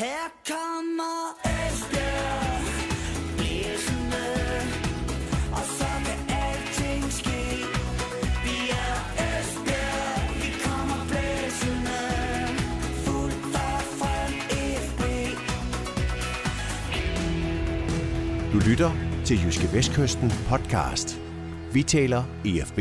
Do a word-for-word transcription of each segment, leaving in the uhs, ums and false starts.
Her kommer Esbjerg blæsende, og så kan alting ske. Vi er Esbjerg, vi kommer blæsende, fuldt og frem F B. Du lytter til Jyske Vestkysten podcast. Vi taler E F B.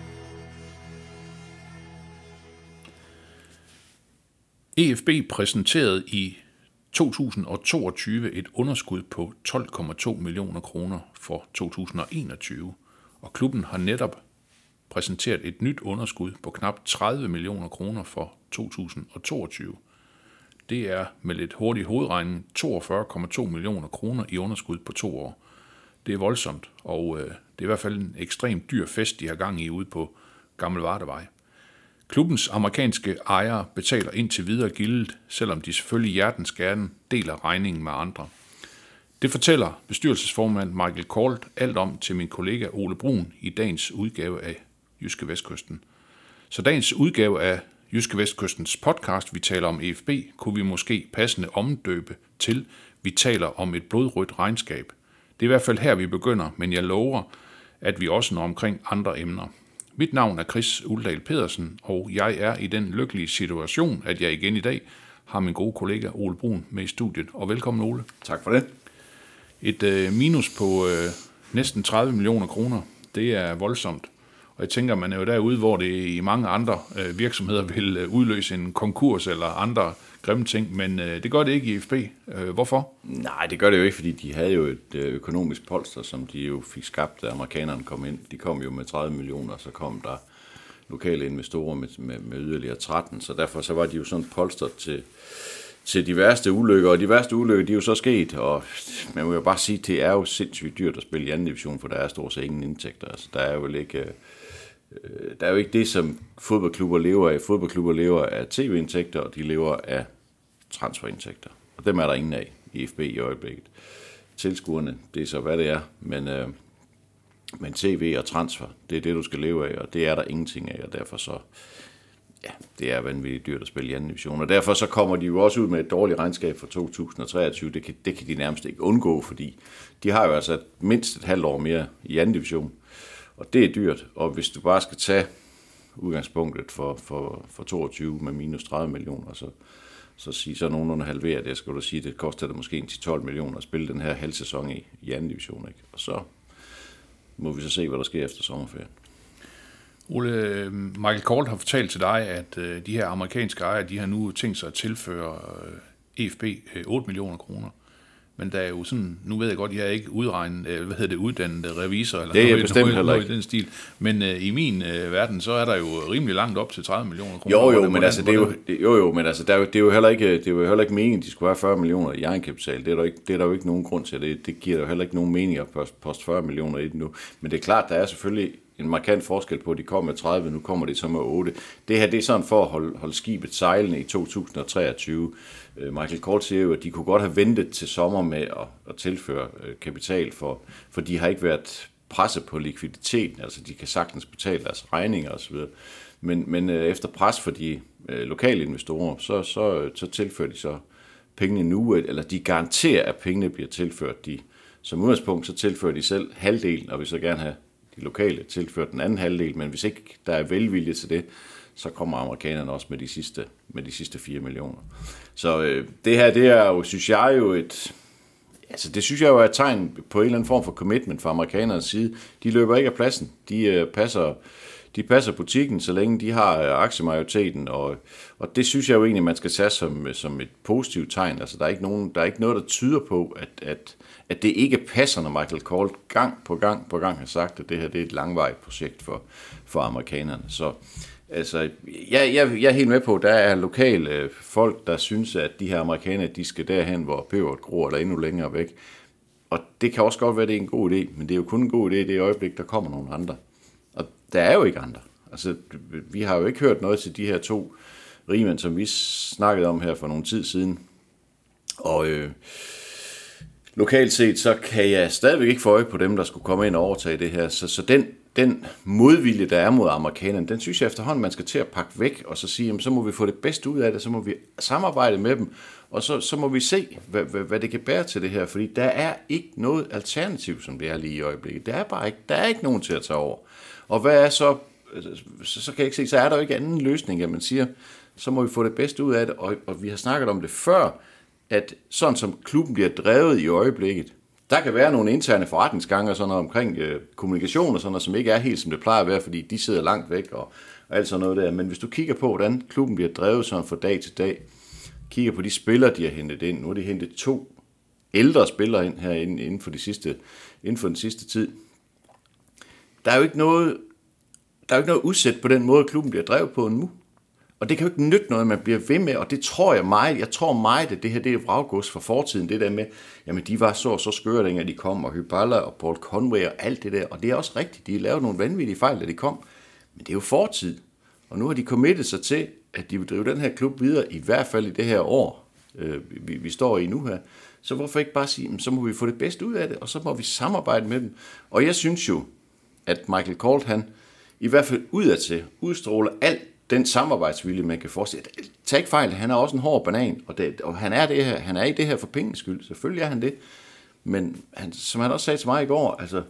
E F B præsenterede i to tusind og toogtyve et underskud på tolv komma to millioner kroner for to tusind og enogtyve, og klubben har netop præsenteret et nyt underskud på knap tredive millioner kroner for to tusind og toogtyve. Det er med lidt hurtig hovedregning toogfyrre komma to millioner kroner i underskud på to år. Det er voldsomt, og øh, det er i hvert fald en ekstremt dyr fest, de har gang i ude på Gammel Vardevej. Klubbens amerikanske ejere betaler indtil videre gildet, selvom de selvfølgelig hjertens gerne deler regningen med andre. Det fortæller bestyrelsesformand Michael Kolt alt om til min kollega Ole Brun i dagens udgave af Jyske Vestkysten. Så dagens udgave af Jyske Vestkystens podcast, vi taler om E F B, kunne vi måske passende omdøbe til, vi taler om et blodrødt regnskab. Det er i hvert fald her, vi begynder, men jeg lover, at vi også når omkring andre emner. Mit navn er Chris Uldal Pedersen, og jeg er i den lykkelige situation, at jeg igen i dag har min gode kollega Ole Brun med i studiet. Og velkommen, Ole. Tak for det. Et øh, minus på øh, næsten tredive millioner kroner, det er voldsomt. Og jeg tænker, man er jo derude, hvor det i mange andre øh, virksomheder vil øh, udløse en konkurs eller andre grimme ting, men øh, det gør det ikke i E F B. Øh, hvorfor? Nej, det gør det jo ikke, fordi de havde jo et øh, økonomisk polster, som de jo fik skabt, da amerikanerne kom ind. De kom jo med tredive millioner, så kom der lokale investorer med, med, med yderligere tretten, så derfor så var de jo sådan polster til, til de værste ulykker, og de værste ulykker, de er jo så sket, og man må jo bare sige, det er jo sindssygt dyrt at spille i anden division, for der er stort set ingen indtægter. Altså, der er jo ikke... Øh, Der er jo ikke det, som fodboldklubber lever af. Fodboldklubber lever af tv-indtægter, og de lever af transferindtægter. Og dem er der ingen af i E F B i øjeblikket. Tilskuerne, det er så hvad det er, men, øh, men tv og transfer, det er det, du skal leve af, og det er der ingenting af, og derfor så, ja, det er vanvittigt dyrt at spille i anden division. Og derfor så kommer de jo også ud med et dårligt regnskab for to tusind og treogtyve. Det kan, det kan de nærmest ikke undgå, fordi de har jo altså mindst et halvt år mere i anden division. Og det er dyrt, og hvis du bare skal tage udgangspunktet for, for, for toogtyve med minus tredive millioner, så, så sige så nogenlunde halvere det, skal du sige, det koster det måske til tolv millioner at spille den her halv sæson i, i anden division, ikke? Og så må vi så se, hvad der sker efter sommerferien. Ole, Michael Kolt har fortalt til dig, at de her amerikanske ejere, de har nu tænkt sig at tilføre E F B otte millioner kroner. Men der er jo sådan, nu ved jeg godt, jeg er ikke udregnet, hvad hedder det, uddannet revisor, eller det er noget, bestemt noget, noget ikke. i den stil. Men uh, i min uh, verden, så er der jo rimelig langt op til tredive millioner kroner. Jo, jo, hvordan, men altså, det er jo, det, jo, jo, men altså, der er jo, det er jo heller ikke, det er jo heller ikke meningen, at de skulle have fyrre millioner i egenkapital. Det er der ikke, det er der jo ikke nogen grund til. Det, det giver der jo heller ikke nogen mening at poste fyrre millioner i det nu. Men det er klart, der er selvfølgelig en markant forskel på, at de kommer med tredive, nu kommer de så med otte. Det her, det er sådan for at holde, holde skibet sejlende i to tusind og treogtyve. Michael Kolt siger jo, at de kunne godt have ventet til sommer med at, at tilføre kapital, for, for de har ikke været presset på likviditeten, altså de kan sagtens betale deres regninger osv. Men, men efter pres for de lokale investorer, så, så, så tilfører de så pengene nu, eller de garanterer, at pengene bliver tilført. De, som udgangspunkt, så tilfører de selv halvdelen, og vil så gerne have de lokale tilført den anden halvdel, men hvis ikke der er velvilje til det, så kommer amerikanerne også med de sidste, med de sidste fire millioner. Så øh, det her, det er jo, synes jeg jo et, altså det synes jeg jo er et tegn på en eller anden form for commitment fra amerikanernes side. De løber ikke af pladsen. De øh, passer, de passer butikken, så længe de har øh, aktiemajoriteten, og, og det synes jeg jo egentlig, man skal tage som, som et positivt tegn. Altså der er ikke nogen, der er ikke noget, der tyder på, at, at, at det ikke passer, når Michael Kolt gang på gang på gang har sagt, at det her det er et langvarigt projekt for, for amerikanerne. Så altså, jeg, jeg, jeg er helt med på, at der er lokale folk, der synes, at de her amerikanere, de skal derhen, hvor peberet gror, eller endnu længere væk. Og det kan også godt være, at det er en god idé, men det er jo kun en god idé i det øjeblik, der kommer nogle andre. Og der er jo ikke andre. Altså, vi har jo ikke hørt noget til de her to rigmænd, som vi snakkede om her for nogle tid siden. Og øh, lokalt set, så kan jeg stadigvæk ikke få øje på dem, der skulle komme ind og overtage det her. Så, så den den modvilje, der er mod amerikanerne, den synes jeg efterhånden, man skal til at pakke væk, og så sige, jamen, så må vi få det bedste ud af det, så må vi samarbejde med dem, og så, så må vi se, hvad, hvad, hvad det kan bære til det her, fordi der er ikke noget alternativ, som det er lige i øjeblikket. Der er bare ikke, der er ikke nogen til at tage over. Og hvad er så, så, så kan jeg ikke se, så er der jo ikke anden løsning, at man siger, så må vi få det bedste ud af det, og, og vi har snakket om det før, at sådan som klubben bliver drevet i øjeblikket, der kan være nogle interne forretningsgange og sådan noget omkring øh, kommunikation og sådan noget, som ikke er helt som det plejer at være, fordi de sidder langt væk og, og alt sådan noget der. Men hvis du kigger på, hvordan klubben bliver drevet sådan fra dag til dag, kigger på de spillere, de har hentet ind. Nu har de hentet to ældre spillere ind her inden, inden, for, de sidste, inden for den sidste tid. Der er jo ikke noget, der er jo ikke noget udsæt på den måde, klubben bliver drevet på nu. Og det kan jo ikke nytte noget, man bliver ved med, og det tror jeg meget, jeg tror meget, at det her, det er vraggods fra fortiden, det der med, jamen de var så så skøre, dengang de kom, og Hyballa og Paul Conway og alt det der, og det er også rigtigt, de lavede nogle vanvittige fejl, da de kom, men det er jo fortid, og nu har de committet sig til, at de vil drive den her klub videre, i hvert fald i det her år, øh, vi, vi står i nu her, så hvorfor ikke bare sige, så må vi få det bedste ud af det, og så må vi samarbejde med dem, og jeg synes jo, at Michael Colt, han i hvert fald udadtil, udstråler alt, den samarbejdsvilje, man kan forestille. Tag ikke fejl, han er også en hård banan, og, det, og han, er det her, han er i det her for pengens skyld. Selvfølgelig er han det. Men han, som han også sagde til mig i går, altså,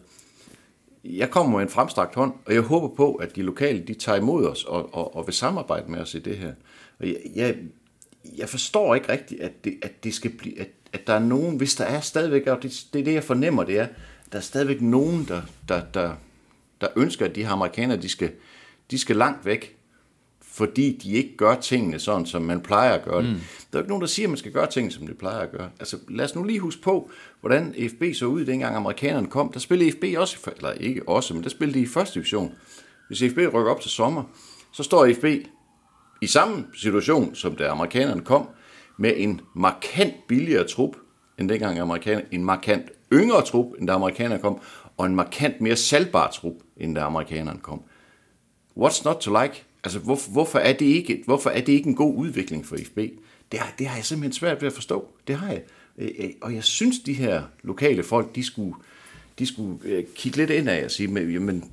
jeg kommer med en fremstrakt hånd, og jeg håber på, at de lokale, de tager imod os, og, og, og vil samarbejde med os i det her. Og jeg, jeg, jeg forstår ikke rigtigt, at det, at det skal blive, at, at der er nogen, hvis der er stadigvæk, og det, det er det, jeg fornemmer, det er, der er stadigvæk nogen, der, der, der, der ønsker, at de her amerikanere, de skal, de skal langt væk, fordi de ikke gør tingene sådan, som man plejer at gøre det. Mm. Der er jo ikke nogen, der siger, at man skal gøre tingene, som de plejer at gøre. Altså, lad os nu lige huske på, hvordan F B så ud, dengang amerikanerne kom. Der spillede F B også, eller ikke også, men der spillede de i første division. Hvis F B rykker op til sommer, så står F B i samme situation, som da amerikanerne kom, med en markant billigere trup, end dengang amerikanerne, en markant yngre trup, end da amerikanerne kom, og en markant mere salgbar trup, end da amerikanerne kom. What's not to like? Altså, hvor, hvorfor, er det ikke, hvorfor er det ikke en god udvikling for F B? Det har, det har jeg simpelthen svært ved at forstå. Det har jeg. Og jeg synes, de her lokale folk, de skulle, de skulle kigge lidt ind af og sige, men, jamen,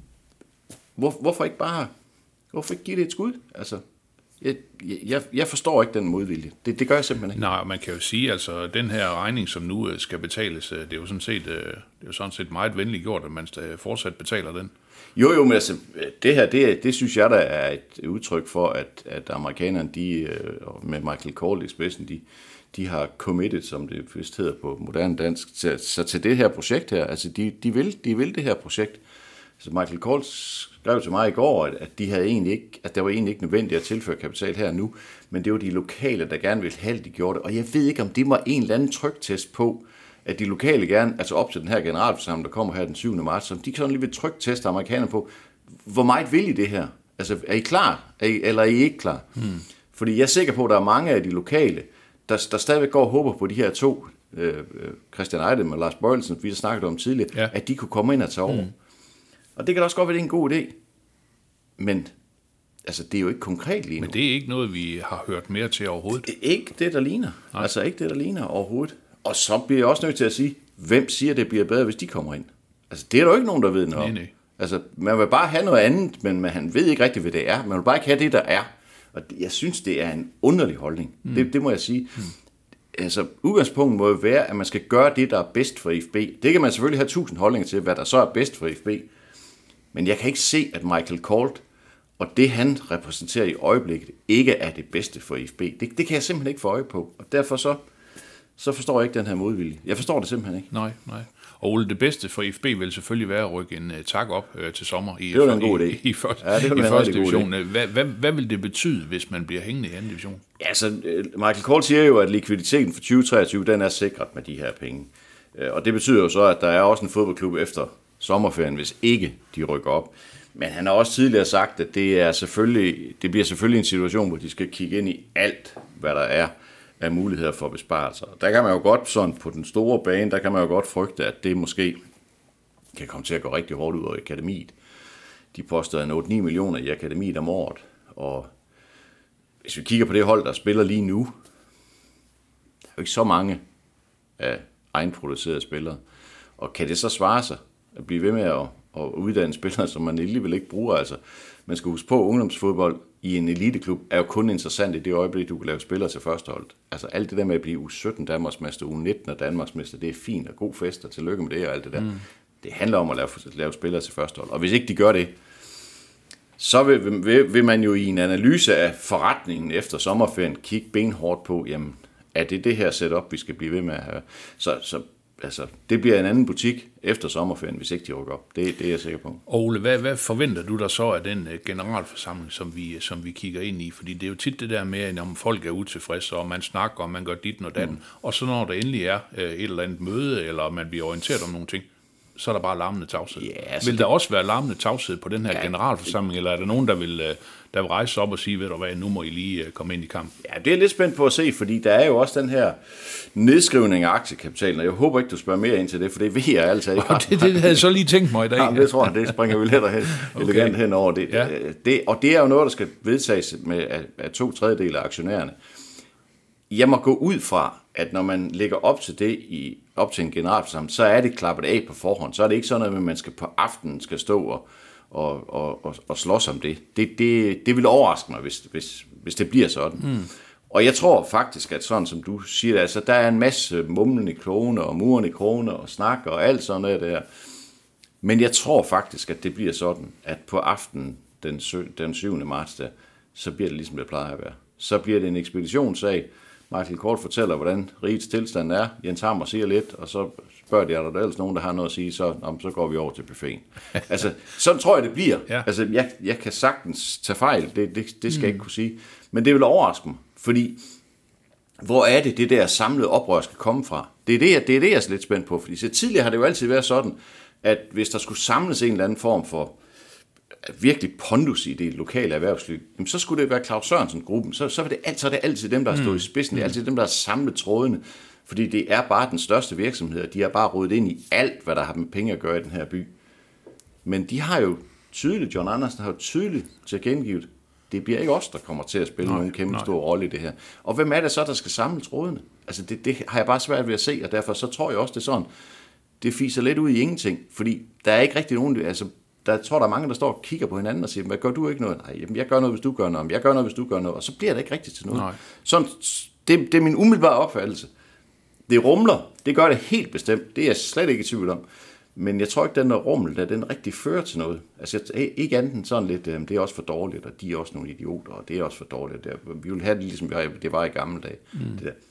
hvor, hvorfor ikke bare, hvorfor ikke give det et skud? Altså, jeg, jeg, jeg forstår ikke den modvilje. Det, det gør jeg simpelthen ikke. Nej, man kan jo sige, altså, den her regning, som nu skal betales, det er jo sådan set, det er jo sådan set meget venligt gjort, at man fortsat betaler den. Jo, jo, men altså, det her, det, det synes jeg, der er et udtryk for, at, at amerikanerne, de, med Michael Colt i spidsen, de, de har committed, som det vist hedder på moderne dansk, til, så til det her projekt her. Altså, de, de, vil, de vil det her projekt. Så Michael Colt skrev til mig i går, at, at, de havde egentlig ikke, at der var egentlig ikke nødvendigt at tilføre kapital her nu, men det var de lokale, der gerne ville have, de gjorde det. Og jeg ved ikke, om det var en eller anden tryktest på, at de lokale gerne, altså op til den her generalforsamling, der kommer her den syvende marts, som de sådan lige vil trykteste amerikanerne på, hvor meget vil I det her? Altså, er I klar? Er I, eller er I ikke klar? Hmm. Fordi jeg er sikker på, at der er mange af de lokale, der, der stadigvæk går og håber på de her to, øh, Christian Ejdem og Lars Bøjelsen, vi har snakket om tidligere, ja. At de kunne komme ind og tage over. Hmm. Og det kan da også godt være, det er en god idé. Men altså, det er jo ikke konkret lige nu. Men det er ikke noget, vi har hørt mere til overhovedet. Det er ikke det, der ligner. Nej. Altså ikke det, der ligner overhovedet. Og så bliver jeg også nødt til at sige, hvem siger, det bliver bedre, hvis de kommer ind? Altså, det er der jo ikke nogen, der ved noget om. Nej, nej. Altså, man vil bare have noget andet, men man ved ikke rigtigt, hvad det er. Man vil bare ikke have det, der er. Og jeg synes, det er en underlig holdning. Mm. Det, det må jeg sige. Mm. Altså, udgangspunktet må jo være, at man skal gøre det, der er bedst for F B. Det kan man selvfølgelig have tusind holdninger til, hvad der så er bedst for F B. Men jeg kan ikke se, at Michael Colt og det, han repræsenterer i øjeblikket, ikke er det bedste for F B. Det, det kan jeg simpelthen ikke få øje på. Og derfor så... så forstår jeg ikke den her modvilje. Jeg forstår det simpelthen ikke. Nej, nej. Og Ole, det bedste for F B vil selvfølgelig være at rykke en uh, tak op uh, til sommer i, det en god idé. i, i, første, ja, i første division. Hvad, hvad, hvad vil det betyde, hvis man bliver hængende i anden division? Ja, altså, Michael Colt siger jo, at likviditeten for tyve treogtyve, den er sikret med de her penge. Og det betyder jo så, at der er også en fodboldklub efter sommerferien, hvis ikke de rykker op. Men han har også tidligere sagt, at det, er selvfølgelig, det bliver selvfølgelig en situation, hvor de skal kigge ind i alt, hvad der er af muligheder for besparelser. Der kan man jo godt, sådan på den store bane, der kan man jo godt frygte, at det måske kan komme til at gå rigtig hårdt ud af akademiet. De påstår en otte ni millioner i akademiet om året, og hvis vi kigger på det hold, der spiller lige nu, der er jo ikke så mange af egenproducerede spillere. Og kan det så svare sig at blive ved med at, at uddanne spillere, som man alligevel ikke bruger. Altså, man skal huske på, at ungdomsfodbold i en eliteklub er jo kun interessant i det øjeblik, du kan lave spillere til førsteholdet. Altså alt det der med at blive U sytten Danmarksmester, U nitten og Danmarksmester, det er fint og god fest, og tillykke med det og alt det der. Mm. Det handler om at lave, lave spillere til førsteholdet. Og hvis ikke de gør det, så vil, vil, vil man jo i en analyse af forretningen efter sommerferien kigge benhårdt på, jamen, er det det her setup, vi skal blive ved med at have? Så, så altså, det bliver en anden butik efter sommerferien, hvis ikke de rykker op. Det, det er jeg sikker på. Ole, hvad, hvad forventer du der så af den generalforsamling, som vi, som vi kigger ind i? Fordi det er jo tit det der med, om folk er utilfredse, og man snakker, og man gør dit og datten. Mm. Og så når der endelig er et eller andet møde, eller man bliver orienteret om nogle ting, så er der bare larmende tavshed. Yeah, altså vil der det... også være larmende tavshed på den her ja, generalforsamling, eller er der nogen, der vil, der vil rejse op og sige, ved du hvad, nu må I lige komme ind i kamp? Ja, det er jeg lidt spændt på at se, fordi der er jo også den her nedskrivning af aktiekapitalen, og jeg håber ikke, du spørger mere ind til det, for det ved jeg altså ikke. Oh, det, det havde jeg så lige tænkt mig i dag. Ja, det tror jeg, det springer vi lidt hen, okay. elegant hen over det. Ja. det. Og det er jo noget, der skal vedtages med af, af to tredjedel af aktionærerne. Jeg må gå ud fra, at når man lægger op til det i op til en generalforsamling, så er det klappet af på forhånd. Så er det ikke sådan noget, at man skal på aftenen skal stå og, og, og, og, og slås om det. Det, det. det vil overraske mig, hvis, hvis, hvis det bliver sådan. Mm. Og jeg tror faktisk, at sådan som du siger, altså, der er en masse mumlende kroner og murende kroner og snak og alt sådan noget der. Men jeg tror faktisk, at det bliver sådan, at på aftenen den, den syvende marts, der, så bliver det ligesom det plejer at være. Så bliver det en ekspeditionssag. Michael Kort fortæller, hvordan rigets tilstand er. Jens Hammer siger lidt, og så spørger de, er der ellers nogen, der har noget at sige, så, om, så går vi over til buffeten. Altså, sådan tror jeg, det bliver. Ja. Altså, jeg, jeg kan sagtens tage fejl, det, det, det skal mm. jeg ikke kunne sige. Men det vil overraske mig, fordi hvor er det, det der samlede oprør skal komme fra? Det er det, det er det, jeg er lidt spændt på, fordi så tidligere har det jo altid været sådan, at hvis der skulle samles en eller anden form for virkelig pondus i det lokale erhvervsliv, jamen så skulle det være Claus Sørensen-gruppen, så, så, er det alt, så er det altid dem, der har stået i spidsen, det er altid dem, der har samlet trådene, fordi det er bare den største virksomhed, de har bare rodet ind i alt, hvad der har med penge at gøre i den her by. Men de har jo tydeligt, John Andersen har jo tydeligt tilkendegivet, det bliver ikke os, der kommer til at spille nej, nogen kæmpe nej. stor rolle i det her. Og hvem er det så, der skal samle trådene? Altså det, det har jeg bare svært ved at se, og derfor så tror jeg også, det er sådan, det fiser lidt ud i ingenting, fordi der er ikke rigtig nogen, altså der tror der er mange, der står og kigger på hinanden og siger, hvad gør du ikke noget? Nej, jamen, jeg gør noget, hvis du gør noget. Jeg gør noget, hvis du gør noget. Og så bliver det ikke rigtigt til noget. Nej. Sådan, det, det er min umiddelbare opfattelse. Det rumler. Det gør det helt bestemt. Det er jeg slet ikke i tvivl om. Men jeg tror ikke, den der rummel, der den rigtig fører til noget. Altså ikke andet sådan lidt, det er også for dårligt, og de er også nogle idioter, og det er også for dårligt. Vi vil have det ligesom det var i gamle dage. Mm. Det der.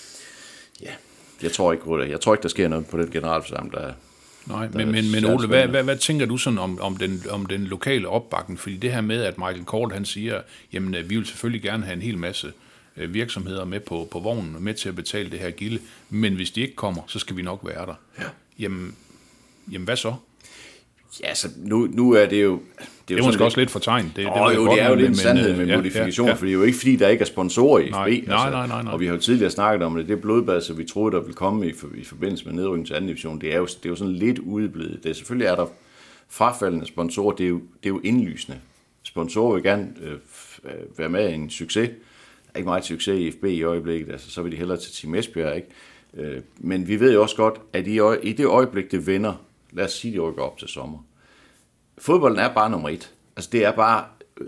Ja, jeg tror ikke, jeg tror ikke, der sker noget på den generalforsamling, der er. Nej, men, men, men Ole, hvad, hvad, hvad tænker du sådan om, om, den, om den lokale opbakning? Fordi det her med, at Michael Kort, han siger, jamen vi vil selvfølgelig gerne have en hel masse virksomheder med på, på vognen, med til at betale det her gilde, men hvis de ikke kommer, så skal vi nok være der. Ja. Jamen, jamen hvad så? Ja, altså nu, nu er det jo... Det er, det er måske også lidt for tegn. Det, det, oh, det, jo, det er jo lidt en sandhed med ja, modifikation, ja, ja. For det er jo ikke fordi, der ikke er sponsorer i F B. Nej, altså, nej, nej, nej, nej. Og vi har jo tidligere snakket om det. Det blodbad, så vi troede, der ville komme i, for, i forbindelse med nedrykning til anden division. Det er jo, det er jo sådan lidt udeblevet. Det er, selvfølgelig er der frafaldende sponsorer. Det er jo, det er jo indlysende. Sponsorer vil gerne øh, være med i en succes. Der er ikke meget succes i F B i øjeblikket. Altså, så vil de hellere til Team Esbjerg, ikke? Øh, men vi ved jo også godt, at i, i det øjeblik, det vender, lad os sige, de rykker op til sommer. Fodbolden er bare nummer et. Altså det er bare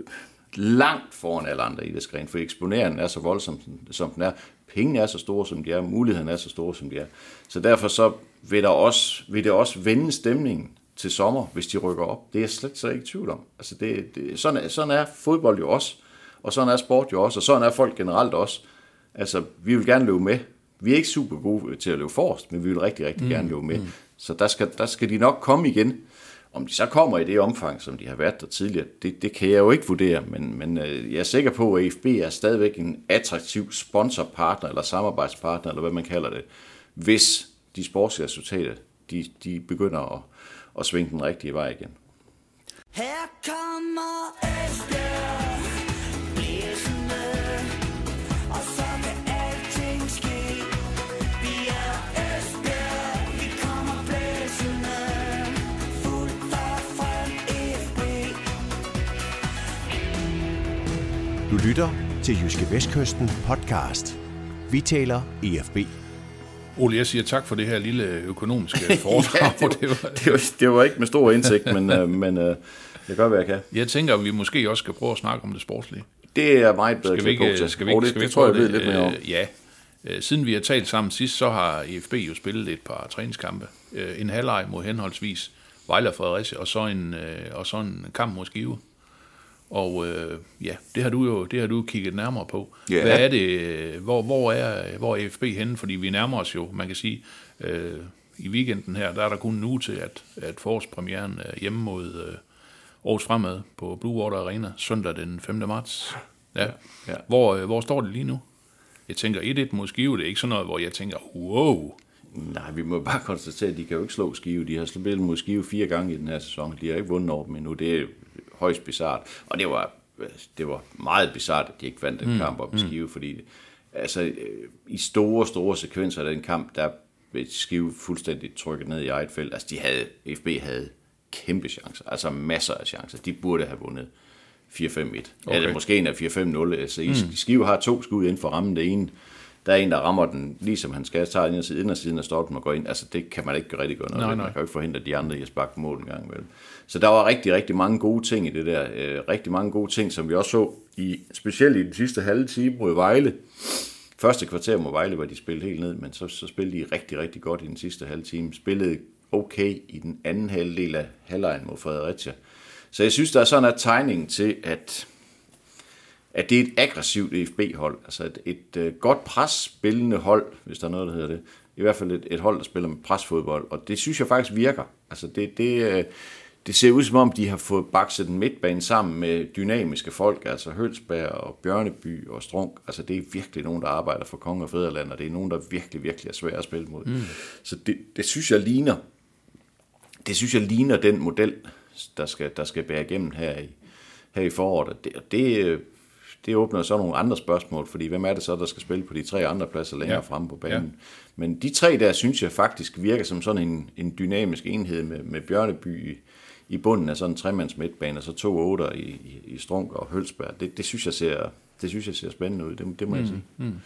langt foran alle andre idrætsgrene, for eksponeringen er så voldsom, som den er. Pengene er så store, som de er. Muligheden er så store, som de er. Så derfor så vil, der også, vil det også vende stemningen til sommer, hvis de rykker op. Det er jeg slet så ikke i tvivl om. Altså det, det, sådan, er, sådan er fodbold jo også, og sådan er sport jo også, og sådan er folk generelt også. Altså vi vil gerne løbe med. Vi er ikke super gode til at løbe forrest, men vi vil rigtig, rigtig mm. gerne løbe med. Mm. Så der skal, der skal de nok komme igen. Om de så kommer i det omfang, som de har været der tidligere, det, det kan jeg jo ikke vurdere, men, men jeg er sikker på, at F B er stadigvæk en attraktiv sponsorpartner, eller samarbejdspartner, eller hvad man kalder det, hvis de sportslige resultater, de, de begynder at, at svinge den rigtige vej igen. Her kommer Esbjerg, blæsende, og så kan alting ske. Vi er Esbjerg, vi kommer blæsende. Du lytter til Jyske Vestkysten podcast. Vi taler E F B. Ole, jeg siger tak for det her lille økonomiske foredrag. ja, det, var, det, var, det var ikke med stor indsigt, men, uh, men uh, jeg gør, hvad jeg kan. Jeg tænker, at vi måske også skal prøve at snakke om det sportslige. Det er meget bedre skal vi ikke, til. Skal vi ikke, det, skal det, vi tror jeg, jeg ved det, lidt mere om. Øh, ja. Siden vi har talt sammen sidst, så har E F B jo spillet et par træningskampe. En halvleg mod henholdsvis Vejle og Fredericia, og så en, og så en kamp mod Skive. Og øh, ja, det har du jo det har du kigget nærmere på. Yeah. Hvad er det, hvor, hvor, er, hvor er E F B henne? Fordi vi nærmer os jo, man kan sige, øh, i weekenden her, der er der kun en uge til, at, at forårspremieren er hjemme mod øh, Aarhus Fremad på Blue Water Arena, søndag den femte marts. Ja. Ja. Hvor, øh, hvor står det lige nu? Jeg tænker et et mod Skive, det er ikke sådan noget, hvor jeg tænker, wow. Nej, vi må bare konstatere, at de kan jo ikke slå Skive. De har spillet mod Skive fire gange i den her sæson. De har ikke vundet over dem endnu. Det er højst bizart. Og det var, det var meget bizart, at de ikke vandt den mm. kamp op i Skive, fordi altså, i store, store sekvenser af den kamp, der blev Skive fuldstændig trykket ned i eget felt. Altså, de havde, F B havde kæmpe chancer, altså masser af chancer. De burde have vundet fire fem et. Okay. Eller måske en af fire fem nul. Altså, mm. Skive har to skud inden for rammen. Det ene, der er en, der rammer den, ligesom han skal, tager ind og ind siden af stolpen og går ind. Altså, det kan man ikke rigtig gøre noget. Nej, nej. Man kan jo ikke forhindre de andre i at sparke mål en gang imellem. Så der var rigtig, rigtig mange gode ting i det der. Øh, rigtig mange gode ting, som vi også så, i, specielt i den sidste halve time mod Vejle. Første kvarter mod Vejle, hvor de spillede helt ned, men så, så spillede de rigtig, rigtig godt i den sidste halve time. Spillede okay i den anden halvdel af halvlejen mod Fredericia. Så jeg synes, der er sådan en tegning til, at at det er et aggressivt E F B-hold, altså et, et, et godt presspillende hold, hvis der er noget, der hedder det. I hvert fald et, et hold, der spiller med presfodbold, og det synes jeg faktisk virker. Altså det, det, det ser ud som om, de har fået bakset den midtbane sammen med dynamiske folk, altså Hølsberg og Bjørneby og Strunk. Altså det er virkelig nogen, der arbejder for Konge og Fædreland, og det er nogen, der virkelig, virkelig er svære at spille mod. Mm. Så det, det synes jeg ligner, det synes jeg ligner den model, der skal, der skal bære igennem her i, her i foråret. Det, det Det åbner så nogle andre spørgsmål, fordi hvem er det så, der skal spille på de tre andre pladser længere ja. fremme på banen? Ja. Men de tre der, synes jeg faktisk virker som sådan en, en dynamisk enhed med, med Bjørneby i, i bunden af sådan en tremands midtbane, og så to otter i, i, i Strunk og Hølsberg. Det, det, synes jeg ser, det synes jeg ser spændende ud, det, det må mm, jeg sige. Mm.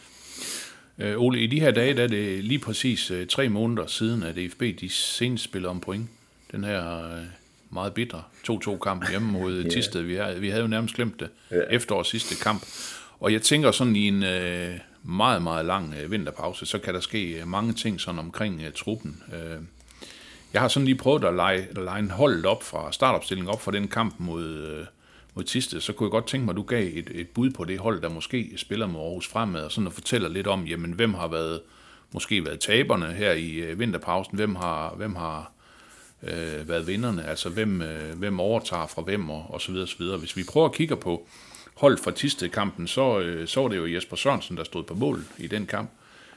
Øh, Ole, i de her dage, der er det lige præcis øh, tre måneder siden, at E F B de senest spillede om point. Den her øh, meget bitre to to kamp hjemme mod yeah. Thisted. Vi havde, vi havde jo nærmest glemt det yeah. efter vores sidste kamp. Og jeg tænker sådan i en øh, meget, meget lang øh, vinterpause, så kan der ske øh, mange ting sådan omkring øh, truppen. Øh, jeg har sådan lige prøvet at lege, lege holdet op fra startopstillingen op for den kamp mod, øh, mod Thisted. Så kunne jeg godt tænke mig, at du gav et, et bud på det hold, der måske spiller med Aarhus Fremad, og sådan at fortælle lidt om, jamen, hvem har været, måske været taberne her i øh, vinterpausen, hvem har... Hvem har Øh, været vinderne, altså hvem, øh, hvem overtager fra hvem og, og så videre, så videre. Hvis vi prøver at kigge på hold fra Thisted-kampen, så, øh, så var det jo Jesper Sørensen, der stod på mål i den kamp.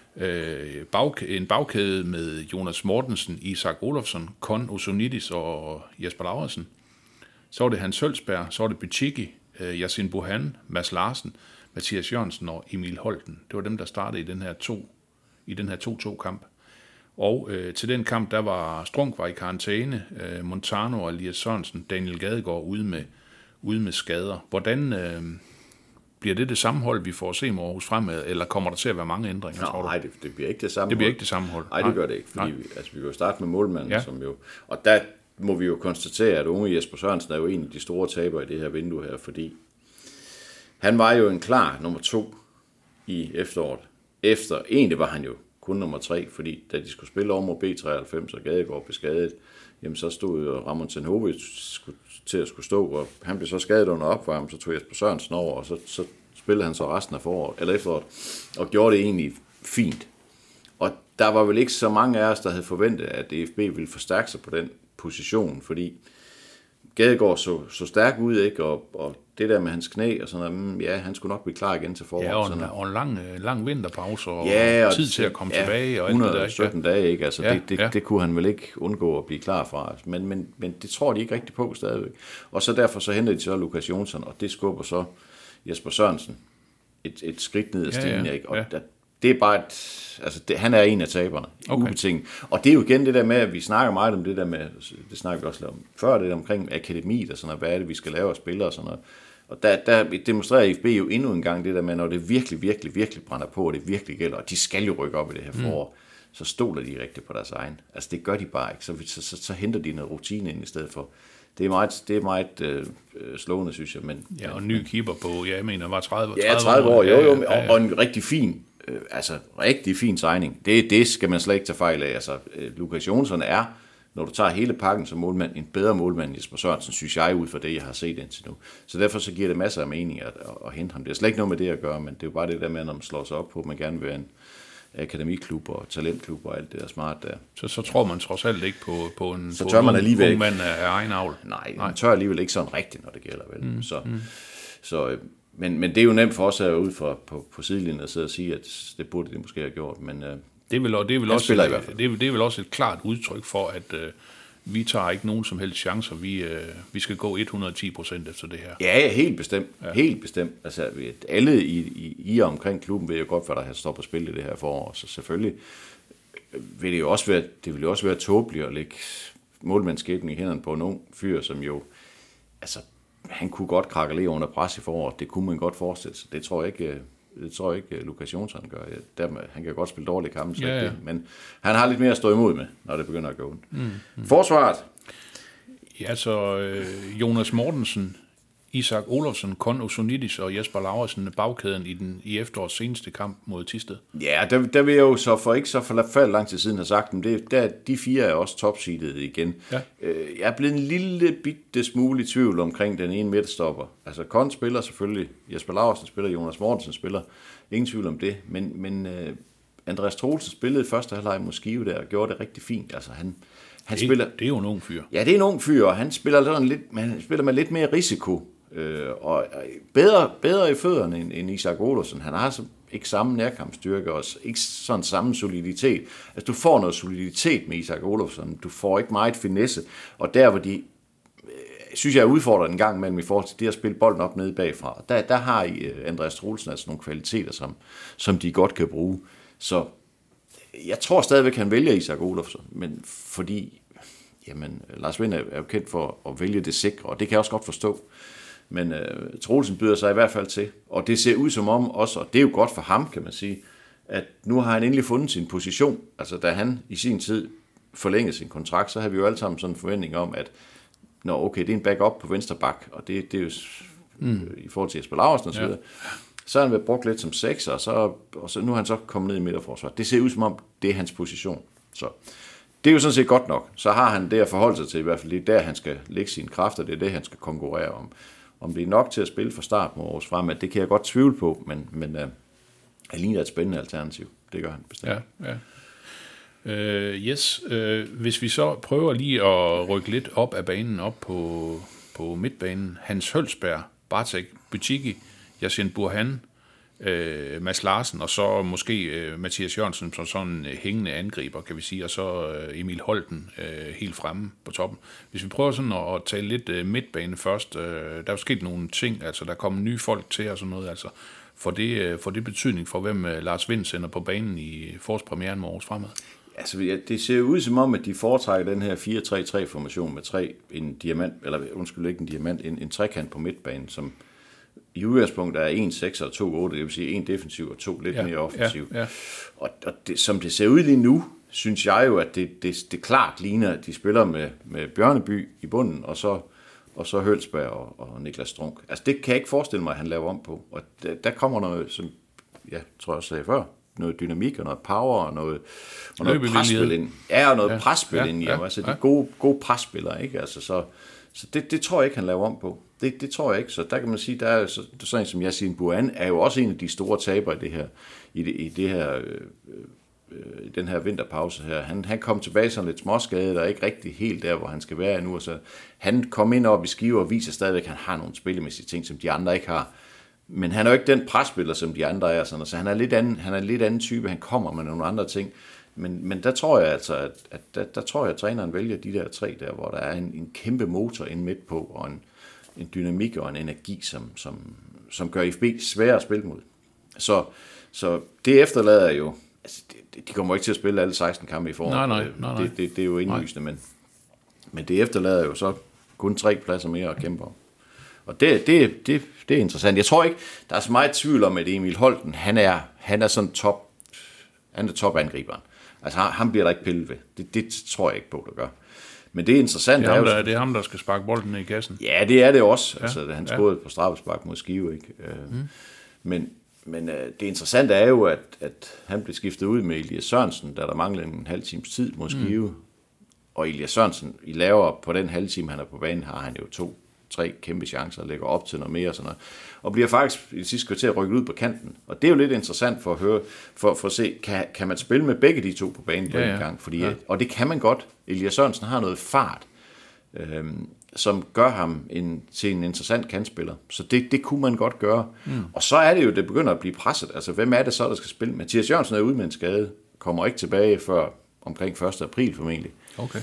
Øh, bag, en bagkæde med Jonas Mortensen, Isak Olofsson, Kon Osonidis og Jesper Lauritsen. Så var det Hans Hølsberg, så var det Bychiki, øh, Yasin Bohan, Mads Larsen, Mathias Jørgensen og Emil Holten. Det var dem, der startede i den her to i den her to to kamp. Og øh, til den kamp, der var Strunk var i karantæne, øh, Montano og Elias Sørensen, Daniel Gadegaard ude med, ude med skader. Hvordan øh, bliver det det samme hold, vi får at se med Aarhus Fremad, eller kommer der til at være mange ændringer? Nå, nej, det, det bliver ikke det samme Det bliver hold. ikke det samme hold. Nej, det gør det ikke, fordi vi, altså, vi vil jo starte med målmanden, ja. som jo... Og der må vi jo konstatere, at unge Jesper Sørensen er jo en af de store tabere i det her vindue her, fordi han var jo en klar nummer to i efteråret. Efter, egentlig var han jo kun nummer tre, fordi da de skulle spille over mod B treoghalvfems, og Gadegaard blev skadet, jamen så stod Ramon Tenhovic til at skulle stå, og han blev så skadet under opvarmen, så tog Jesper Sørensen over, og så, så spillede han så resten af foråret, eller efteråret, og gjorde det egentlig fint. Og der var vel ikke så mange af os, der havde forventet, at E F B ville forstærke sig på den position, fordi Gadegaard så, så stærk ud, ikke? Og, og det der med hans knæ og sådan noget, ja, han skulle nok blive klar igen til foråret. Ja, og en, og en lang, lang vinterpause og, ja, og tid til at komme ja, tilbage og alt det der. sytten dage, ikke? Altså, ja, det, det, ja. det kunne han vel ikke undgå at blive klar fra. Men, men, men det tror de ikke rigtig på stadigvæk. Og så derfor så henter de så Lukas Jonsson, og det skubber så Jesper Sørensen et, et skridt ned ad stigen, ja, ja, ikke? Og ja. der, det er bare et, altså det, han er en af taberne, okay. ubetinget. Og det er jo igen det der med, at vi snakker meget om det der med, det snakker vi også om før, det der omkring akademiet og sådan noget, hvad er det, vi skal lave af spillere og sådan noget. Og der, der demonstrerer E F B jo endnu en gang det der med, når det virkelig, virkelig, virkelig brænder på, og det virkelig gælder, og de skal jo rykke op i det her forår, mm. så stoler de rigtigt på deres egen. Altså det gør de bare ikke, så, så, så, så henter de noget rutine ind i stedet for. Det er meget, det er meget øh, slående, synes jeg. Men, ja, og ny keeper på, ja, jeg mener, var tredive, ja, tredive år, jo, jo, ja, ja. Og, og en rigtig fin, øh, altså rigtig fin signing. Det, det skal man slet ikke tage fejl af. Altså, øh, Lukas Jonsson er, når du tager hele pakken som målmand, en bedre målmand end Jesper Sørensen, synes jeg, ud fra det, jeg har set indtil nu. Så derfor så giver det masser af mening at, at, at hente ham. Det er slet ikke noget med det at gøre, men det er jo bare det der med, når man slår sig op på, at man gerne vil være en akademiklub og talentklub og alt det der smart der. Så, så tror man trods alt ikke på, på en, så tør man alligevel ung mand af egen avl. Nej, man tør alligevel ikke sådan rigtigt, når det gælder. Vel? Mm, så, mm. Så, men, men det er jo nemt for os at ud for, på, på sidelinjen at sidde og sige, at det burde det måske have gjort. Men, det er vel, det er vel også, det er, det er vel også et klart udtryk for, at uh, vi tager ikke nogen som helst chancer. Vi, uh, vi skal gå et hundrede og ti procent efter det her. Ja, helt bestemt. Ja. Helt bestemt. Altså, alle i, i, i og omkring klubben ved jo godt, hvad der har stået på spil i det her forår. Så selvfølgelig vil det jo også være, det vil jo også være tåbeligt at lægge målmandsskæbnen i hænderne på en ung fyr, som jo, altså, han kunne godt krakelere under pres i foråret. Det kunne man godt forestille sig. Det tror jeg ikke, det tror jeg ikke Lukas Jonsson gør. Der, han kan godt spille dårlige kampe, ja, ja. Det, men han har lidt mere at stå imod med, når det begynder at gå ondt. Mm, mm. Forsvaret. Ja, så øh, Jonas Mortensen, Isak Olofsson, Kon Osonidis og Jesper Lauritsen bagkæden i den i efterårets seneste kamp mod Thisted. Ja, der, der vil jeg jo så for ikke så for lang tid siden have sagt, men det, der, de fire er også topseedet igen. Ja. Øh, jeg er blevet en lille bitte smule i tvivl omkring den ene midtstopper. Altså Kon spiller selvfølgelig, Jesper Lauritsen spiller, Jonas Mortensen spiller, ingen tvivl om det, men, men øh, Andreas Troelsen spillede i første halvleg mod Skive der og gjorde det rigtig fint. Altså han, han det, spiller, det er jo en ung fyr. Ja, det er en ung fyr, og han spiller, sådan lidt, han spiller med lidt mere risiko. Øh, og bedre, bedre i fødderne end, end Isak Olofsson. Han har så ikke samme nærkampsstyrke og ikke sådan samme soliditet. Altså du får noget soliditet med Isak Olofsson, du får ikke meget finesse, og der hvor de øh, synes jeg er udfordret en gang imellem i forhold til det at spille bolden op nede bagfra, der, der har I uh, Andreas Troelsen altså nogle kvaliteter, som, som de godt kan bruge. Så jeg tror stadigvæk han vælger Isak Olofsson, men fordi jamen, Lars Vind er jo kendt for at vælge det sikre, og det kan jeg også godt forstå. Men øh, Troelsen byder sig i hvert fald til, og det ser ud som om også, og det er jo godt for ham, kan man sige, at nu har han endelig fundet sin position. Altså da han i sin tid forlængede sin kontrakt, så har vi jo alle sammen sådan en forventning om, at nå okay, det er en backup på venstre bak, og det, det er jo mm. i forhold til Jesper Lauritsen og så videre. Ja. Så har han været brugt lidt som sekser, og, så, og så, nu er han så kommet ned i midterforsvaret. Det ser ud som om, det er hans position. Så det er jo sådan set godt nok. Så har han det at forholde sig til, i hvert fald det er der, han skal lægge sine kræfter, det er det, han skal konkurrere om. Om det er nok til at spille fra start mod års frem, det kan jeg godt tvivle på, men, men uh, han ligner et spændende alternativ. Det gør han bestemt. Ja, ja. Uh, yes, uh, hvis vi så prøver lige at rykke lidt op af banen, op på, på midtbanen. Hans Hølsberg, Bartek Bytiki, Yasin Burhan, uh, Mads Larsen, og så måske uh, Mathias Jørgensen som sådan en hængende angriber, kan vi sige, og så uh, Emil Holten uh, helt fremme på toppen. Hvis vi prøver sådan at, at tale lidt uh, midtbane først, uh, der er jo sket nogle ting, altså der kommer nye folk til og sådan noget, altså får det, uh, får det betydning for, hvem uh, Lars Vind sender på banen i forårspremieren med års fremad? Altså, ja, det ser ud som om, at de foretrækker den her fire tre tre formation med tre, en diamant, eller undskyld ikke en diamant, en, en trekant på midtbanen, som i udgangspunkt er en seks og to otte, det vil sige en defensiv og to lidt ja, mere offensiv. Ja, ja. Og, og det, som det ser ud lige nu, synes jeg jo, at det, det, det klart ligner, at de spiller med, med Bjørneby i bunden, og så, og så Hølsberg og, og Niklas Strunk. Altså det kan jeg ikke forestille mig, at han laver om på. Og der, der kommer noget, som jeg tror jeg også sagde før, noget dynamik og noget power og noget, og noget presspil ind. Ja, og noget ja, presspil ja, ind i ham. Altså ja. De gode, gode presspillere, ikke? Altså så... Så det, det tror jeg ikke, han laver om på. Det, det tror jeg ikke. Så der kan man sige, der er så, sådan som Yasin Burhan er jo også en af de store tabere i det her, i, det, i, det her, øh, øh, i den her vinterpause her. Han, han kom tilbage sådan lidt småskadet, og ikke rigtig helt der, hvor han skal være nu. Så han kom ind op i Skive og viser stadigvæk, at han har nogle spillemæssige ting, som de andre ikke har. Men han er jo ikke den presspiller, som de andre er. Sådan, så han er lidt anden, han er lidt anden type. Han kommer med nogle andre ting. Men, men der tror jeg altså, at, at der, der tror jeg, at træneren vælger de der tre der, hvor der er en, en kæmpe motor inde midt på, og en, en dynamik og en energi, som, som, som gør I F B sværere at spille mod. Så, så det efterlader jo, altså de, de kommer ikke til at spille alle seksten kampe i foråret. Nej, nej, nej, nej. Det, det, det er jo indlysende, men, men det efterlader jo så kun tre pladser mere at kæmpe om. Og det, det, det, det er interessant. Jeg tror ikke, der er så meget tvivl om, at Emil Holten, han er, han er sådan top, han er topangriberen. Altså ham bliver der ikke pillet ved. Det, det tror jeg ikke på, der gør. Men det er interessant. Det er, ham, er, der, det er ham, der skal sparke bolden ned i kassen. Ja, det er det også. Ja, altså, han ja. scorede på straffespark mod Skive, ikke? Mm. Men, men det interessante er jo, at, at han blev skiftet ud med Elias Sørensen, da der manglede en halv times tid mod Skive. Mm. Og Elias Sørensen, i lavere på den halve time, han er på banen, har han jo to, tre kæmpe chancer, lægger op til noget mere og sådan noget. Og bliver faktisk i det sidste kvarter rykket ud på kanten. Og det er jo lidt interessant for at høre, for, for at se, kan, kan man spille med begge de to på banen på ja, en gang? Fordi, ja. Og det kan man godt. Elias Sørensen har noget fart, øhm, som gør ham en, til en interessant kantspiller. Så det, det kunne man godt gøre. Mm. Og så er det jo, det begynder at blive presset. Altså, hvem er det så, der skal spille? Mathias Jørgensen er ude med en skade, kommer ikke tilbage før omkring første april formentlig. Okay.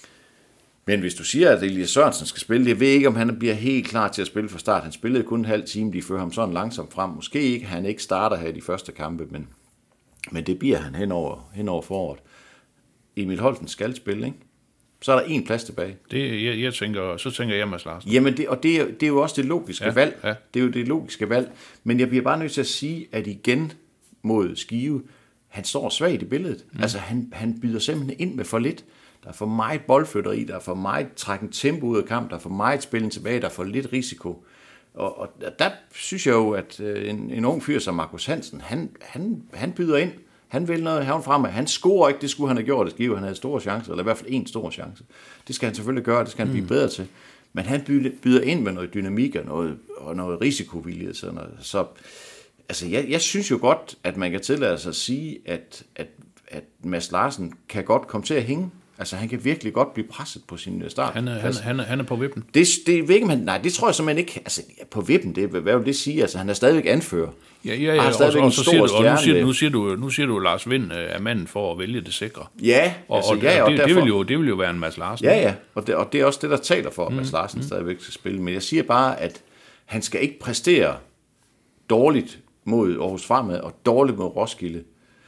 Men hvis du siger, at Elias Sørensen skal spille, jeg ved ikke, om han bliver helt klar til at spille fra start. Han spillede kun en halv time, de fører ham sådan langsomt frem. Måske ikke, han ikke starter her i de første kampe, men, men det bliver han hen over, hen over foråret. Emil Holten skal spille, ikke? Så er der en plads tilbage. Det, jeg, jeg tænker, så tænker jeg, Mads Larsen. Jamen, det, og det er, det er jo også det logiske ja, valg. Ja. Det er jo det logiske valg. Men jeg bliver bare nødt til at sige, at igen mod Skive, han står svagt i billedet. Mm. Altså, han, han byder simpelthen ind med for lidt. Der er for meget boldflytteri, der er for meget trækken tempo ud af kamp, der er for meget spillen tilbage, der er for lidt risiko. Og, og der synes jeg jo, at en, en ung fyr som Markus Hansen, han, han, han byder ind. Han vil noget herfra frem. Han scorer ikke, det skulle han have gjort, det Skive. Han havde store chancer, eller i hvert fald en stor chance. Det skal han selvfølgelig gøre, det skal han blive mm. bedre til. Men han byder ind med noget dynamik og noget, og noget risikovillighed. Så, noget. så altså, jeg, jeg synes jo godt, at man kan tillade sig at sige, at, at, at Mads Larsen kan godt komme til at hænge. Altså, han kan virkelig godt blive presset på sin start. Han er, han, han er, han er på vippen. Det, det, det, man, nej, det tror jeg simpelthen ikke. Altså, på vippen, det, hvad vil det sige? Altså, han er stadigvæk anfører. Ja, ja, ja. Og, og, og så siger du, og nu siger, nu siger du, nu siger du, Lars Vind er manden for at vælge det sikre. Ja, og, altså, og, ja, og, og det, derfor, det, vil jo, det vil jo være en Mads Larsen. Ja, ja, og det, og det er også det, der taler for, at mm, Mads Larsen mm. stadigvæk skal spille. Men jeg siger bare, at han skal ikke præstere dårligt mod Aarhus Fremad og dårligt mod Roskilde.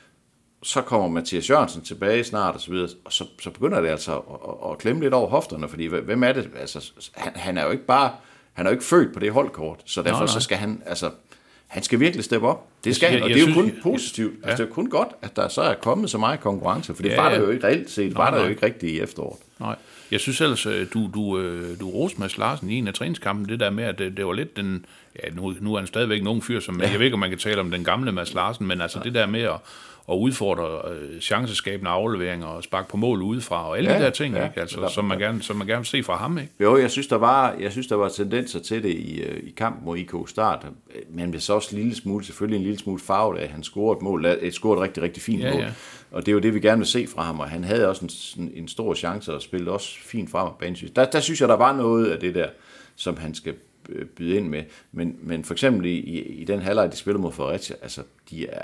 Så kommer Mathias Jørgensen tilbage snart og så videre, og så, så begynder det altså at, at, at klemme lidt over hofterne, fordi hvem er det? Altså, han, han er jo ikke bare, han er jo ikke født på det holdkort, så derfor nej, nej. så skal han, altså, han skal virkelig steppe op. Det skal han, og det er jo kun synes, positivt. Ja. Altså, det er jo kun godt, at der så er kommet så meget konkurrence, for det ja, var der jo ikke reelt set, nej, var der nej. jo ikke rigtigt i efteråret. Nej. Jeg synes ellers, du, du, du roste Mads Larsen i en af træningskampen, det der med, at det, det var lidt den, ja, nu, nu er han stadigvæk nogen fyr, som, ja. jeg ved ikke, om man kan tale om den gamle Mads Larsen, men altså ja. det der med at og udfordre øh, chanceskabende afleveringer og sparke på mål udefra og alle ja, de der ting, ja, ikke? Altså, der, som, man gerne, som man gerne vil se fra ham. Ikke? Jo, jeg synes, der var, jeg synes, der var tendenser til det i, i kampen mod I K Start, men det så også en lille smule, selvfølgelig en lille smule farvet af, at han scorede et mål, et scoret et rigtig, rigtig fint ja, mål. Ja. Og det er jo det, vi gerne vil se fra ham, og han havde også en, en stor chance og spillede også fint frem af banen. Der, der synes jeg, der var noget af det der, som han skal byde ind med. Men, men for eksempel i, i, i den halvleg, de spiller mod Fredericia, altså, de er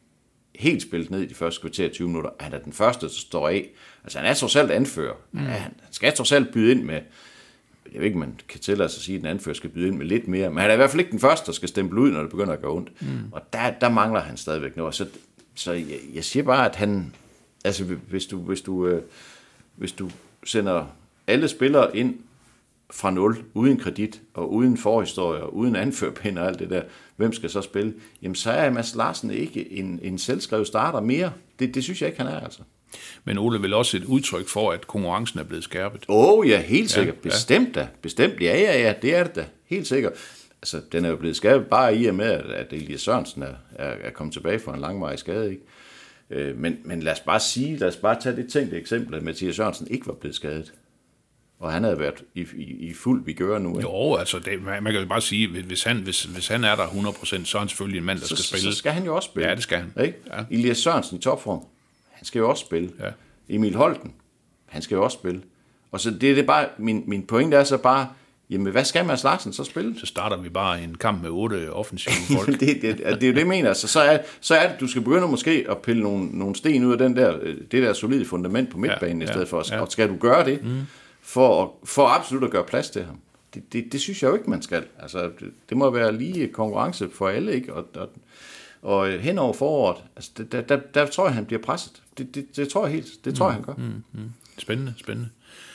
helt spillet ned i de første kvarter tyve minutter. Han er den første, der står af. Altså, han er trods alt anfører. Mm. Ja, han skal trods alt byde ind med, jeg ved ikke, man kan tillade sig at sige, at den anfører skal byde ind med lidt mere, men han er i hvert fald ikke den første, der skal stemple ud, når det begynder at gå ondt. Mm. Og der, der mangler han stadigvæk noget. Så, så jeg, jeg siger bare, at han, altså, hvis du, hvis du, øh, hvis du sender alle spillere ind fra nul, uden kredit, og uden forhistorie, og uden anførpind og alt det der, hvem skal så spille? Jamen, så er Mads Larsen ikke en, en selvskrevet starter mere. Det, det synes jeg ikke, han er, altså. Men Ole, vil også et udtryk for, at konkurrencen er blevet skærpet? Åh, oh, ja, helt sikkert. Ja, Bestemt da. Bestemt, ja, ja, ja, det er det da. Helt sikkert. Altså, den er jo blevet skærpet bare i og med, at Elias Sørensen er, er, er kommet tilbage fra en langvarig skade, ikke? Øh, men, men lad os bare sige, lad os bare tage det tænkte eksempel, at Mathias Sørensen ikke var blevet skadet. Og han havde været i, i, i fuld vigør nu. Ikke? Jo, altså det, man, man kan jo bare sige, hvis han, hvis, hvis han er der hundrede procent, så er han selvfølgelig en mand, der så, skal spille. Så skal han jo også spille. Ja, det skal han. Ikke? Ja. Elias Sørensen i topform, han skal jo også spille. Ja. Emil Holten, han skal jo også spille. Og så det er det bare, min, min pointe er så bare, jamen hvad skal Mads Larsen så spille? Så starter vi bare en kamp med otte offensive folk. det, det, det, det er jo det, jeg mener. Så, så, er, så er det, du skal begynde måske at pille nogle, nogle sten ud af den der, det der solide fundament på midtbanen ja, i stedet ja, for. Ja. Og skal du gøre det, mm. for, at, for absolut at gøre plads til ham? Det, det, det synes jeg jo ikke, man skal. Altså, det, det må være lige konkurrence for alle, ikke? Og, og, og hen over foråret, altså, der, der, der tror jeg, han bliver presset. Det, det, det tror jeg helt. Det tror mm. jeg, han gør. Mm. Mm. Spændende, spændende.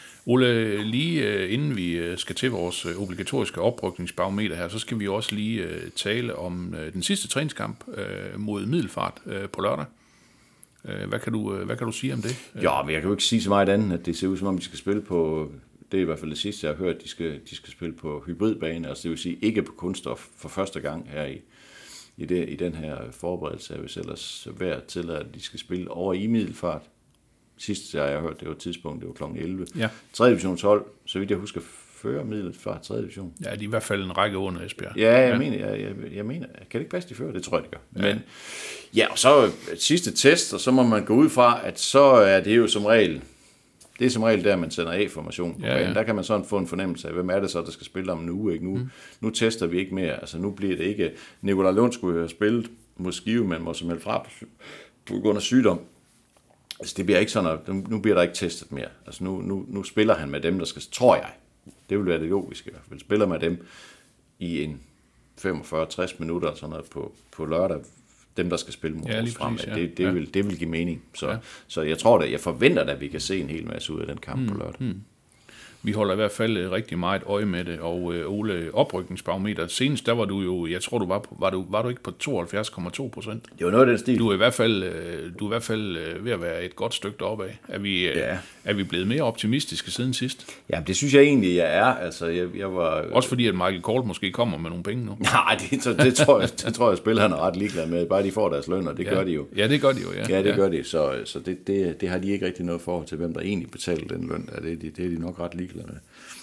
Ole, lige inden vi skal til vores obligatoriske oprykningsbarometer her, så skal vi også lige tale om den sidste træningskamp mod Middelfart på lørdag. Hvad kan du, hvad kan du sige om det? Ja, men jeg kan jo ikke sige så meget andet, at det ser ud som om, de skal spille på, det er i hvert fald det sidste, jeg har hørt, de skal, de skal spille på hybridbane, altså det vil sige ikke på kunststof for første gang her i, i, det, i den her forberedelse, hvis ellers vejr tillader, at de skal spille over i middelfart. Sidste, jeg har hørt, det var et tidspunkt, det var klokken elleve. Ja. tredje divisionshold, så vidt jeg husker, før middelfart tredje division. Ja, de er i hvert fald en række under Esbjerg. Ja, jeg, ja. Mener, jeg, jeg, jeg mener, kan det ikke passe, de før? Det tror jeg, det gør. Ja. Men ja, og så sidste test, og så må man gå ud fra, at så er det jo som regel, det er som regel der, man sender A-formation på ja, banen. ja. Der kan man sådan få en fornemmelse af, hvem er det så, der skal spille om en uge, ikke? Nu, mm. nu tester vi ikke mere, altså nu bliver det ikke, Nikolaj Lund skulle have spillet mod Skive, men må simpelthen fra på grund af sygdom. Altså det bliver ikke sådan, at nu bliver der ikke testet mere. Altså nu, nu, nu spiller han med dem, der skal, tror jeg, det vil være det logiske i hvert fald, spiller med dem i en femogfyrre til tres minutter sådan noget på, på lørdag, dem der skal spille mod ja, os fremad, ja. det, det, ja. vil, det vil give mening. Så, ja. så jeg tror da, jeg forventer da, at vi kan se en hel masse ud af den kamp mm, på lørdag. Mm. Vi holder i hvert fald rigtig meget øje med det, og øh, Ole, oprykningsbarometer, senest der var du jo, jeg tror du var på, var du, var du ikke på tooghalvfjerds komma to procent? Det var noget af den stil. Du er i hvert fald, øh, du er i hvert fald øh, ved at være et godt stykke deroppe af. Er vi, øh, ja. er vi blevet mere optimistiske siden sidst? Ja, det synes jeg egentlig, jeg er. Altså, jeg, jeg var, også fordi, at Michael Kohl måske kommer med nogle penge nu. Nej, det, det, det, tror jeg, det tror jeg, spillerne er ret ligeglade med. Bare de får deres løn, og det ja. gør de jo. Ja, det gør de jo, ja. Ja, det ja. gør de. Så, så det, det, det har de ikke rigtig noget forhold til, hvem der egentlig betaler den løn. Det, det, det er de nok ret ligeglade med.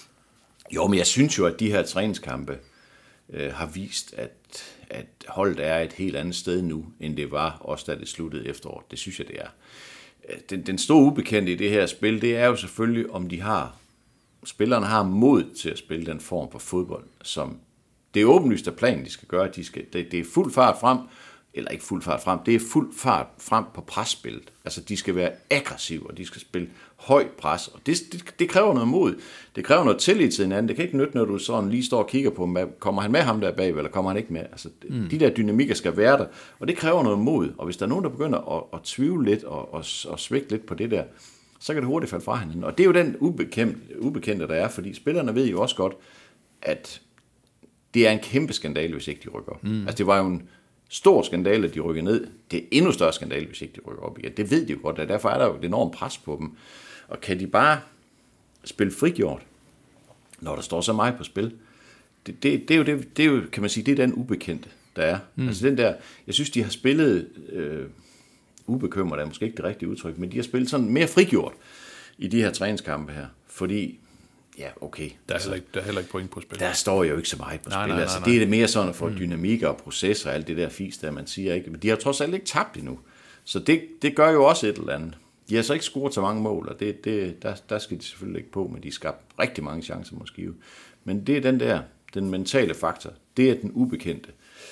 Jo, men jeg synes jo, at de her træningskampe øh, har vist, at, at holdet er et helt andet sted nu, end det var også, da det sluttede efteråret. Det synes jeg, det er. Den, den store ubekendte i det her spil, det er jo selvfølgelig, om de har, spillerne har mod til at spille den form for fodbold, som det er åbenlyst, at planen de skal gøre. De skal, det, det er fuld fart frem, eller ikke fuld fart frem, det er fuld fart frem på presspillet. Altså, de skal være aggressive, og de skal spille højt pres, og det, det, det kræver noget mod. Det kræver noget tillid til hinanden. Det kan ikke nytte, når du sådan lige står og kigger på, med, kommer han med ham der bagved, eller kommer han ikke med? Altså, mm. de der dynamikker skal være der, og det kræver noget mod. Og hvis der er nogen, der begynder at, at tvivle lidt og, og, og svække lidt på det der, så kan det hurtigt falde fra hinanden. Og det er jo den ubekendte, ubekendte der er, fordi spillerne ved jo også godt, at det er en kæmpe skandale, hvis ikke de rykker op. Mm. Altså, det var jo en stor skandale, at de rykker ned. Det er endnu større skandale, hvis ikke de rykker op igen. Det ved de jo godt, og derfor er der jo et enormt pres på dem. Og kan de bare spille frigjort, når der står så meget på spil, det, det, det, er, jo det, det er jo, kan man sige, det er den ubekendte, der er. Mm. Altså den der, jeg synes, de har spillet, øh, ubekymret er måske ikke det rigtige udtryk, men de har spillet sådan mere frigjort i de her træningskampe her, fordi ja, okay. Der er, heller ikke, der er heller ikke point på spil. Der står jo ikke så meget på nej, spil. Nej, nej, altså, nej. det er det mere sådan at få mm. dynamikker og processer og alt det der fis, der man siger ikke. Men de har trods alt ikke tabt endnu. Så det, det gør jo også et eller andet. De har så ikke scoret så mange mål, og det, det, der, der skal de selvfølgelig ikke på, men de har skabt rigtig mange chancer mod Skive. Men det er den der, den mentale faktor. Det er den ubekendte.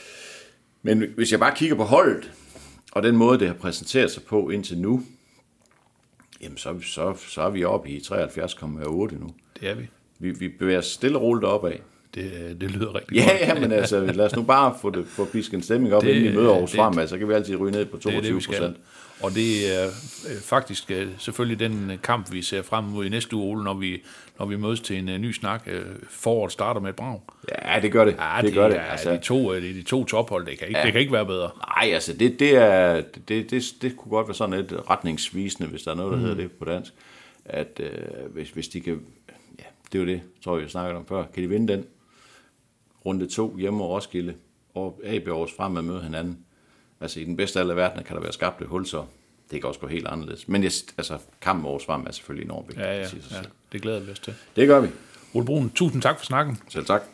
Men hvis jeg bare kigger på holdet, og den måde, det har præsenteret sig på indtil nu, jamen så, så, så er vi oppe i treoghalvfjerds komma otte nu. Det er vi. Vi, vi bevæger os stille og roligt opad. Det, det lyder rigtig ja, godt. Ja, men altså, lad os nu bare få, det, få pisket en stemning op, det, inden vi møder Aarhus fremad, så kan vi altid ryge ned på toogtyve procent. Og det er øh, faktisk øh, selvfølgelig den kamp, vi ser frem mod i næste uge, Ole, når vi, når vi mødes til en øh, ny snak. Øh, foråret starter med et brag. Ja, det gør det. Ja, det, det gør det. Er, altså, de, to, de, de to tophold, det kan ikke, ja. det kan ikke være bedre. Nej, altså, det, det, er, det, det, det kunne godt være sådan lidt retningsvisende, hvis der er noget, der mm. hedder det på dansk. At øh, hvis, hvis de kan, ja, det er jo det, tror jeg, jeg snakkede om før, kan de vinde den runde to hjemme over Roskilde, og A B Aarhus frem med at møde hinanden. Altså, i den bedste af alle verdener kan der være skabt et hul, så det kan også gå helt anderledes. Men jeg, altså, kampen Aarhus frem er selvfølgelig enormt vigtigt. Ja, ja, ja, det glæder vi os til. Det gør vi. Ole Brun, tusind tak for snakken. Selv tak.